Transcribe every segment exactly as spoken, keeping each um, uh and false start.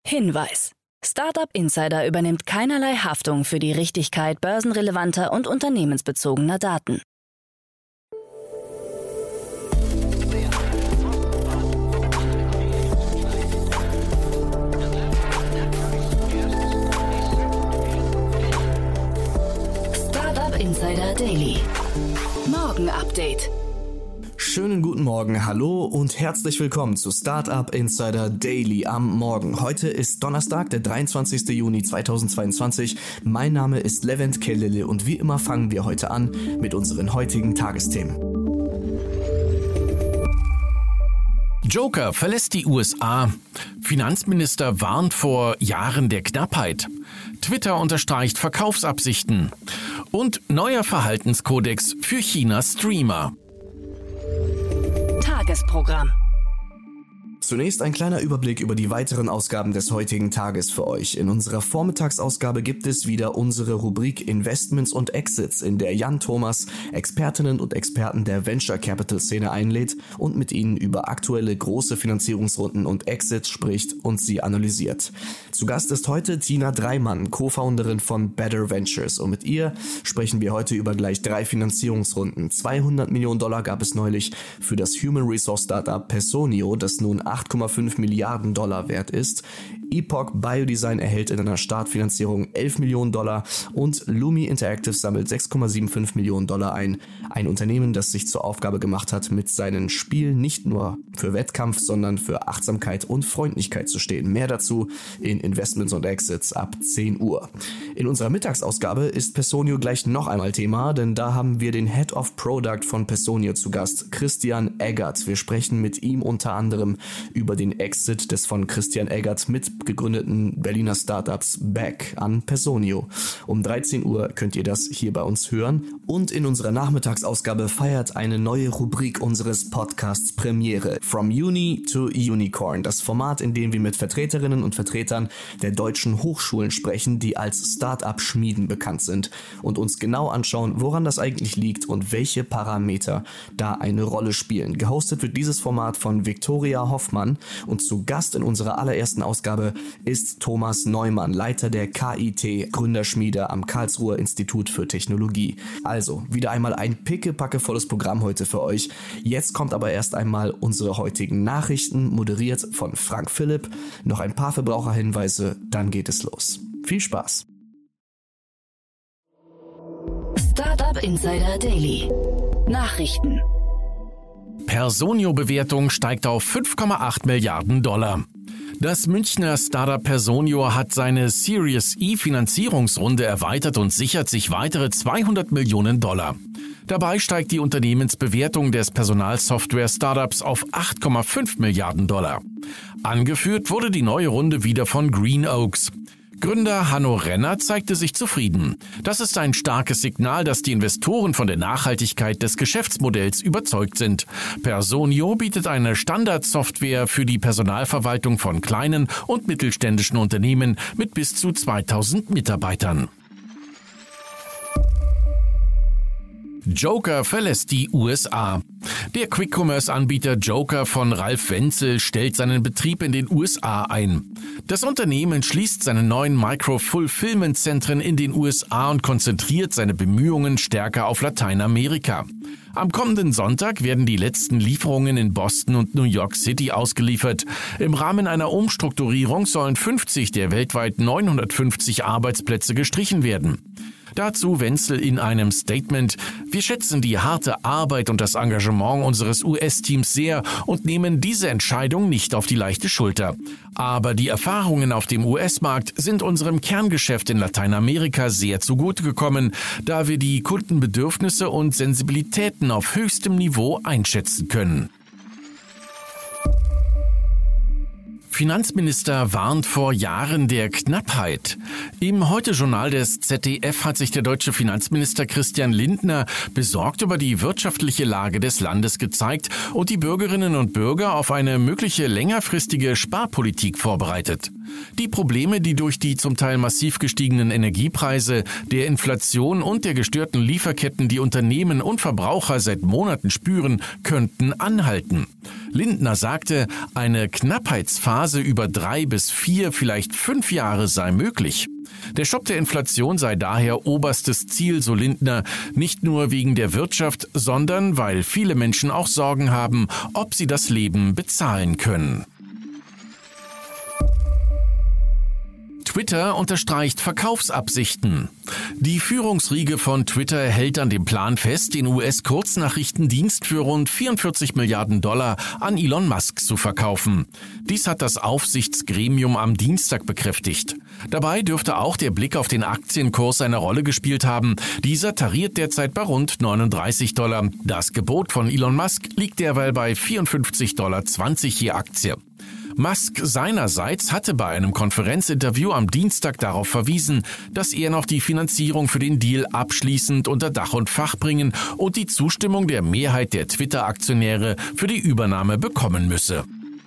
Hinweis: Startup Insider übernimmt keinerlei Haftung für die Richtigkeit börsenrelevanter und unternehmensbezogener Daten. Startup Insider Daily. Morgen Update. Schönen guten Morgen, hallo und herzlich willkommen zu Startup Insider Daily am Morgen. Heute ist Donnerstag, der dreiundzwanzigster Juni zweitausendzweiundzwanzig. Mein Name ist Levent Kellele und wie immer fangen wir heute an mit unseren heutigen Tagesthemen. Joker verlässt die U S A. Finanzminister warnt vor Jahren der Knappheit. Twitter unterstreicht Verkaufsabsichten. Und neuer Verhaltenskodex für Chinas Streamer. Tagesprogramm. Zunächst ein kleiner Überblick über die weiteren Ausgaben des heutigen Tages für euch. In unserer Vormittagsausgabe gibt es wieder unsere Rubrik Investments und Exits, in der Jan Thomas Expertinnen und Experten der Venture Capital Szene einlädt und mit ihnen über aktuelle große Finanzierungsrunden und Exits spricht und sie analysiert. Zu Gast ist heute Tina Dreimann, Co-Founderin von Better Ventures, und mit ihr sprechen wir heute über gleich drei Finanzierungsrunden. zweihundert Millionen Dollar gab es neulich für das Human Resource Startup Personio, das nun acht Komma fünf Milliarden Dollar wert ist. Epoch Biodesign erhält in einer Startfinanzierung elf Millionen Dollar und Lumi Interactive sammelt sechs Komma fünfundsiebzig Millionen Dollar ein. Ein Unternehmen, das sich zur Aufgabe gemacht hat, mit seinen Spielen nicht nur für Wettkampf, sondern für Achtsamkeit und Freundlichkeit zu stehen. Mehr dazu in Investments und Exits ab zehn Uhr. In unserer Mittagsausgabe ist Personio gleich noch einmal Thema, denn da haben wir den Head of Product von Personio zu Gast, Christian Eggert. Wir sprechen mit ihm unter anderem über den Exit des von Christian Eggert mitgegründeten Berliner Startups Back an Personio. Um dreizehn Uhr könnt ihr das hier bei uns hören. Und in unserer Nachmittagsausgabe feiert eine neue Rubrik unseres Podcasts Premiere. From Uni to Unicorn. Das Format, in dem wir mit Vertreterinnen und Vertretern der deutschen Hochschulen sprechen, die als Startup-Schmieden bekannt sind, und uns genau anschauen, woran das eigentlich liegt und welche Parameter da eine Rolle spielen. Gehostet wird dieses Format von Viktoria Hoffmann. Und zu Gast in unserer allerersten Ausgabe ist Thomas Neumann, Leiter der K I T-Gründerschmiede am Karlsruher Institut für Technologie. Also, wieder einmal ein pickepackevolles Programm heute für euch. Jetzt kommt aber erst einmal unsere heutigen Nachrichten, moderiert von Frank Philipp. Noch ein paar Verbraucherhinweise, dann geht es los. Viel Spaß! Startup Insider Daily. Nachrichten. Personio-Bewertung steigt auf fünf Komma acht Milliarden Dollar. Das Münchner Startup Personio hat seine Series E Finanzierungsrunde erweitert und sichert sich weitere zweihundert Millionen Dollar. Dabei steigt die Unternehmensbewertung des Personalsoftware-Startups auf acht Komma fünf Milliarden Dollar. Angeführt wurde die neue Runde wieder von Green Oaks. Gründer Hanno Renner zeigte sich zufrieden. Das ist ein starkes Signal, dass die Investoren von der Nachhaltigkeit des Geschäftsmodells überzeugt sind. Personio bietet eine Standardsoftware für die Personalverwaltung von kleinen und mittelständischen Unternehmen mit bis zu zweitausend Mitarbeitern. Joker verlässt die U S A. Der Quick-Commerce-Anbieter Joker von Ralf Wenzel stellt seinen Betrieb in den U S A ein. Das Unternehmen schließt seine neuen Micro-Fulfillment-Zentren in den U S A und konzentriert seine Bemühungen stärker auf Lateinamerika. Am kommenden Sonntag werden die letzten Lieferungen in Boston und New York City ausgeliefert. Im Rahmen einer Umstrukturierung sollen fünfzig der weltweit neunhundertfünfzig Arbeitsplätze gestrichen werden. Dazu Wenzel in einem Statement: Wir schätzen die harte Arbeit und das Engagement unseres U S-Teams sehr und nehmen diese Entscheidung nicht auf die leichte Schulter. Aber die Erfahrungen auf dem U S-Markt sind unserem Kerngeschäft in Lateinamerika sehr zugute gekommen, da wir die Kundenbedürfnisse und Sensibilitäten auf höchstem Niveau einschätzen können. Finanzminister warnt vor Jahren der Knappheit. Im Heute-Journal des Z D F hat sich der deutsche Finanzminister Christian Lindner besorgt über die wirtschaftliche Lage des Landes gezeigt und die Bürgerinnen und Bürger auf eine mögliche längerfristige Sparpolitik vorbereitet. Die Probleme, die durch die zum Teil massiv gestiegenen Energiepreise, der Inflation und der gestörten Lieferketten die Unternehmen und Verbraucher seit Monaten spüren, könnten anhalten. Lindner sagte, eine Knappheitsphase über drei bis vier, vielleicht fünf Jahre sei möglich. Der Stopp der Inflation sei daher oberstes Ziel, so Lindner, nicht nur wegen der Wirtschaft, sondern weil viele Menschen auch Sorgen haben, ob sie das Leben bezahlen können. Twitter unterstreicht Verkaufsabsichten. Die Führungsriege von Twitter hält an dem Plan fest, den U S-Kurznachrichtendienst für rund vierundvierzig Milliarden Dollar an Elon Musk zu verkaufen. Dies hat das Aufsichtsgremium am Dienstag bekräftigt. Dabei dürfte auch der Blick auf den Aktienkurs eine Rolle gespielt haben. Dieser tariert derzeit bei rund neununddreißig Dollar. Das Gebot von Elon Musk liegt derweil bei vierundfünfzig Dollar zwanzig je Aktie. Musk seinerseits hatte bei einem Konferenzinterview am Dienstag darauf verwiesen, dass er noch die Finanzierung für den Deal abschließend unter Dach und Fach bringen und die Zustimmung der Mehrheit der Twitter-Aktionäre für die Übernahme bekommen müsse.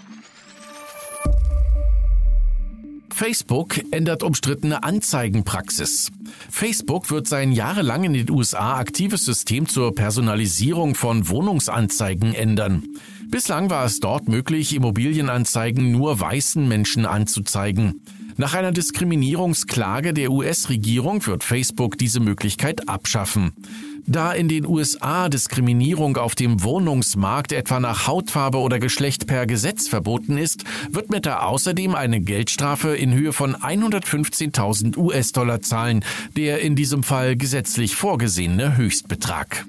Facebook ändert umstrittene Anzeigenpraxis. Facebook wird sein jahrelang in den U S A aktives System zur Personalisierung von Wohnungsanzeigen ändern. Bislang war es dort möglich, Immobilienanzeigen nur weißen Menschen anzuzeigen. Nach einer Diskriminierungsklage der U S-Regierung wird Facebook diese Möglichkeit abschaffen. Da in den U S A Diskriminierung auf dem Wohnungsmarkt etwa nach Hautfarbe oder Geschlecht per Gesetz verboten ist, wird Meta außerdem eine Geldstrafe in Höhe von hundertfünfzehntausend U S-Dollar zahlen, der in diesem Fall gesetzlich vorgesehene Höchstbetrag.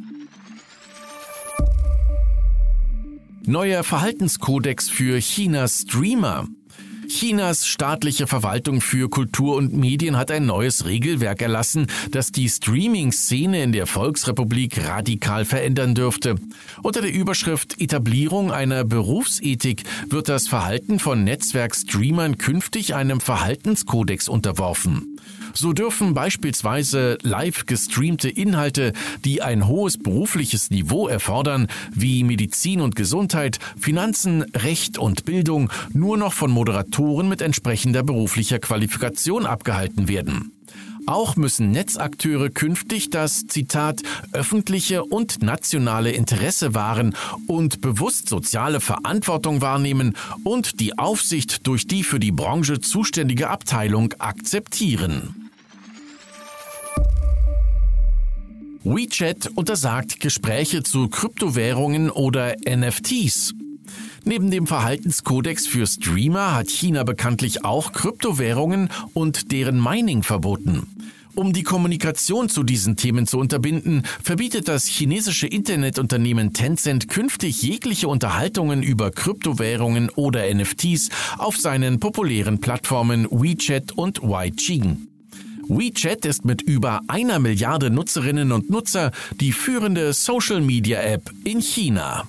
Neuer Verhaltenskodex für Chinas Streamer. Chinas staatliche Verwaltung für Kultur und Medien hat ein neues Regelwerk erlassen, das die Streaming-Szene in der Volksrepublik radikal verändern dürfte. Unter der Überschrift Etablierung einer Berufsethik wird das Verhalten von Netzwerkstreamern künftig einem Verhaltenskodex unterworfen. So dürfen beispielsweise live gestreamte Inhalte, die ein hohes berufliches Niveau erfordern, wie Medizin und Gesundheit, Finanzen, Recht und Bildung, nur noch von Moderatoren mit entsprechender beruflicher Qualifikation abgehalten werden. Auch müssen Netzakteure künftig das, Zitat, öffentliche und nationale Interesse wahren und bewusst soziale Verantwortung wahrnehmen und die Aufsicht durch die für die Branche zuständige Abteilung akzeptieren. WeChat untersagt Gespräche zu Kryptowährungen oder N F Ts. Neben dem Verhaltenskodex für Streamer hat China bekanntlich auch Kryptowährungen und deren Mining verboten. Um die Kommunikation zu diesen Themen zu unterbinden, verbietet das chinesische Internetunternehmen Tencent künftig jegliche Unterhaltungen über Kryptowährungen oder N F Ts auf seinen populären Plattformen WeChat und Weixin. WeChat ist mit über einer Milliarde Nutzerinnen und Nutzer die führende Social-Media-App in China.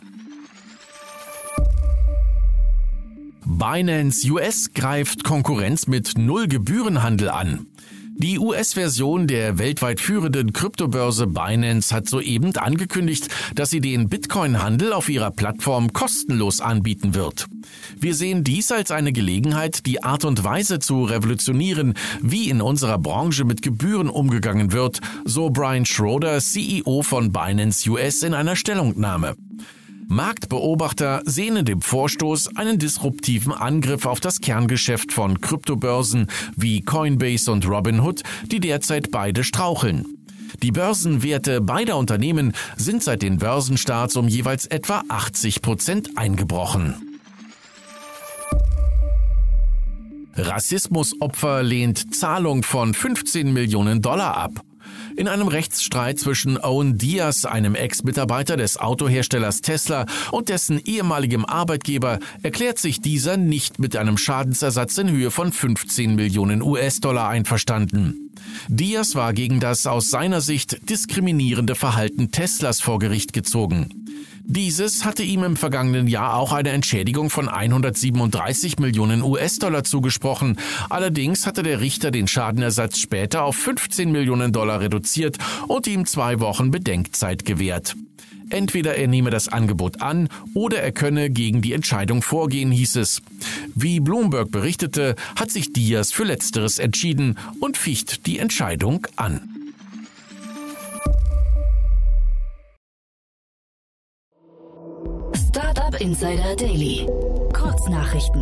Binance U S greift Konkurrenz mit Null-Gebührenhandel an. Die U S-Version der weltweit führenden Kryptobörse Binance hat soeben angekündigt, dass sie den Bitcoin-Handel auf ihrer Plattform kostenlos anbieten wird. Wir sehen dies als eine Gelegenheit, die Art und Weise zu revolutionieren, wie in unserer Branche mit Gebühren umgegangen wird, so Brian Schroeder, C E O von Binance U S in einer Stellungnahme. Marktbeobachter sehen in dem Vorstoß einen disruptiven Angriff auf das Kerngeschäft von Kryptobörsen wie Coinbase und Robinhood, die derzeit beide straucheln. Die Börsenwerte beider Unternehmen sind seit den Börsenstarts um jeweils etwa achtzig Prozent eingebrochen. Rassismusopfer lehnt Zahlung von fünfzehn Millionen Dollar ab. In einem Rechtsstreit zwischen Owen Diaz, einem Ex-Mitarbeiter des Autoherstellers Tesla, und dessen ehemaligem Arbeitgeber erklärt sich dieser nicht mit einem Schadensersatz in Höhe von fünfzehn Millionen U S-Dollar einverstanden. Diaz war gegen das aus seiner Sicht diskriminierende Verhalten Teslas vor Gericht gezogen. Dieses hatte ihm im vergangenen Jahr auch eine Entschädigung von hundertsiebenunddreißig Millionen U S-Dollar zugesprochen. Allerdings hatte der Richter den Schadenersatz später auf fünfzehn Millionen Dollar reduziert und ihm zwei Wochen Bedenkzeit gewährt. Entweder er nehme das Angebot an oder er könne gegen die Entscheidung vorgehen, hieß es. Wie Bloomberg berichtete, hat sich Diaz für Letzteres entschieden und ficht die Entscheidung an. Startup Insider Daily. Kurznachrichten.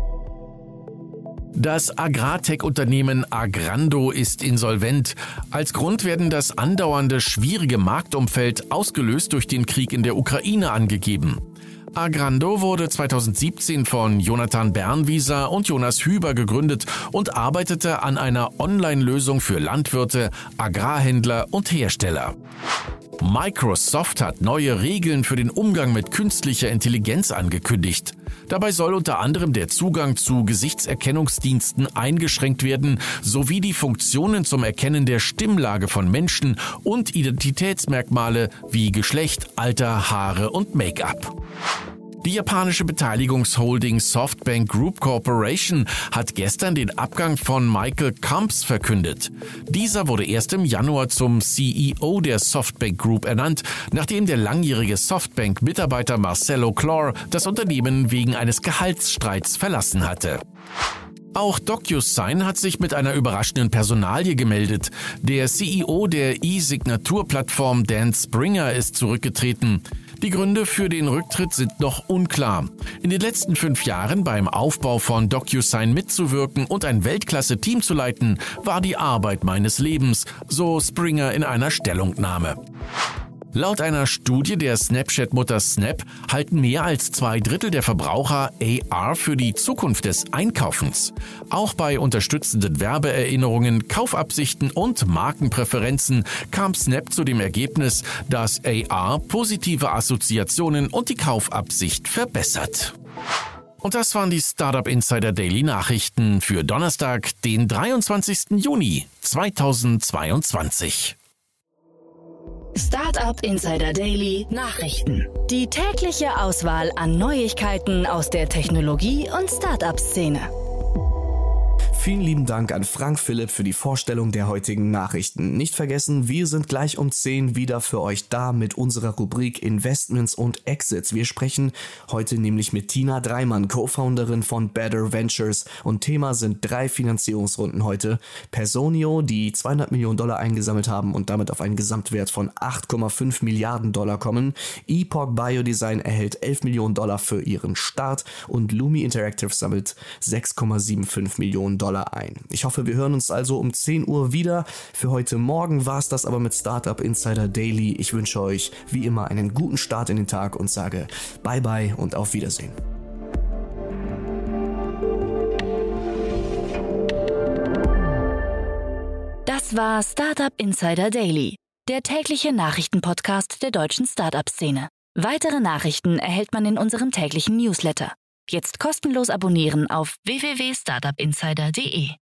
Das Agrartech-Unternehmen Agrando ist insolvent. Als Grund werden das andauernde schwierige Marktumfeld ausgelöst durch den Krieg in der Ukraine angegeben. Agrando wurde zweitausendsiebzehn von Jonathan Bernwieser und Jonas Hüber gegründet und arbeitete an einer Online-Lösung für Landwirte, Agrarhändler und Hersteller. Microsoft hat neue Regeln für den Umgang mit künstlicher Intelligenz angekündigt. Dabei soll unter anderem der Zugang zu Gesichtserkennungsdiensten eingeschränkt werden, sowie die Funktionen zum Erkennen der Stimmlage von Menschen und Identitätsmerkmale wie Geschlecht, Alter, Haare und Make-up. Die japanische Beteiligungsholding Softbank Group Corporation hat gestern den Abgang von Michael Kamps verkündet. Dieser wurde erst im Januar zum C E O der Softbank Group ernannt, nachdem der langjährige Softbank-Mitarbeiter Marcelo Claure das Unternehmen wegen eines Gehaltsstreits verlassen hatte. Auch DocuSign hat sich mit einer überraschenden Personalie gemeldet. Der C E O der E-Signaturplattform Dan Springer ist zurückgetreten. Die Gründe für den Rücktritt sind noch unklar. In den letzten fünf Jahren beim Aufbau von DocuSign mitzuwirken und ein Weltklasse-Team zu leiten, war die Arbeit meines Lebens, so Springer in einer Stellungnahme. Laut einer Studie der Snapchat-Mutter Snap halten mehr als zwei Drittel der Verbraucher A R für die Zukunft des Einkaufens. Auch bei unterstützenden Werbeerinnerungen, Kaufabsichten und Markenpräferenzen kam Snap zu dem Ergebnis, dass A R positive Assoziationen und die Kaufabsicht verbessert. Und das waren die Startup Insider Daily Nachrichten für Donnerstag, den dreiundzwanzigsten Juni zweitausendzweiundzwanzig. Startup Insider Daily Nachrichten. Die tägliche Auswahl an Neuigkeiten aus der Technologie- und Startup-Szene. Vielen lieben Dank an Frank Philipp für die Vorstellung der heutigen Nachrichten. Nicht vergessen, wir sind gleich um zehn wieder für euch da mit unserer Rubrik Investments und Exits. Wir sprechen heute nämlich mit Tina Dreimann, Co-Founderin von Better Ventures, und Thema sind drei Finanzierungsrunden heute. Personio, die zweihundert Millionen Dollar eingesammelt haben und damit auf einen Gesamtwert von acht Komma fünf Milliarden Dollar kommen. Epoch Biodesign erhält elf Millionen Dollar für ihren Start und Lumi Interactive sammelt sechs Komma fünfundsiebzig Millionen Dollar ein. Ich hoffe, wir hören uns also um zehn Uhr wieder. Für heute Morgen war es das aber mit Startup Insider Daily. Ich wünsche euch wie immer einen guten Start in den Tag und sage bye bye und auf Wiedersehen. Das war Startup Insider Daily, der tägliche Nachrichtenpodcast der deutschen Startup-Szene. Weitere Nachrichten erhält man in unserem täglichen Newsletter. Jetzt kostenlos abonnieren auf w w w punkt startup insider punkt d e.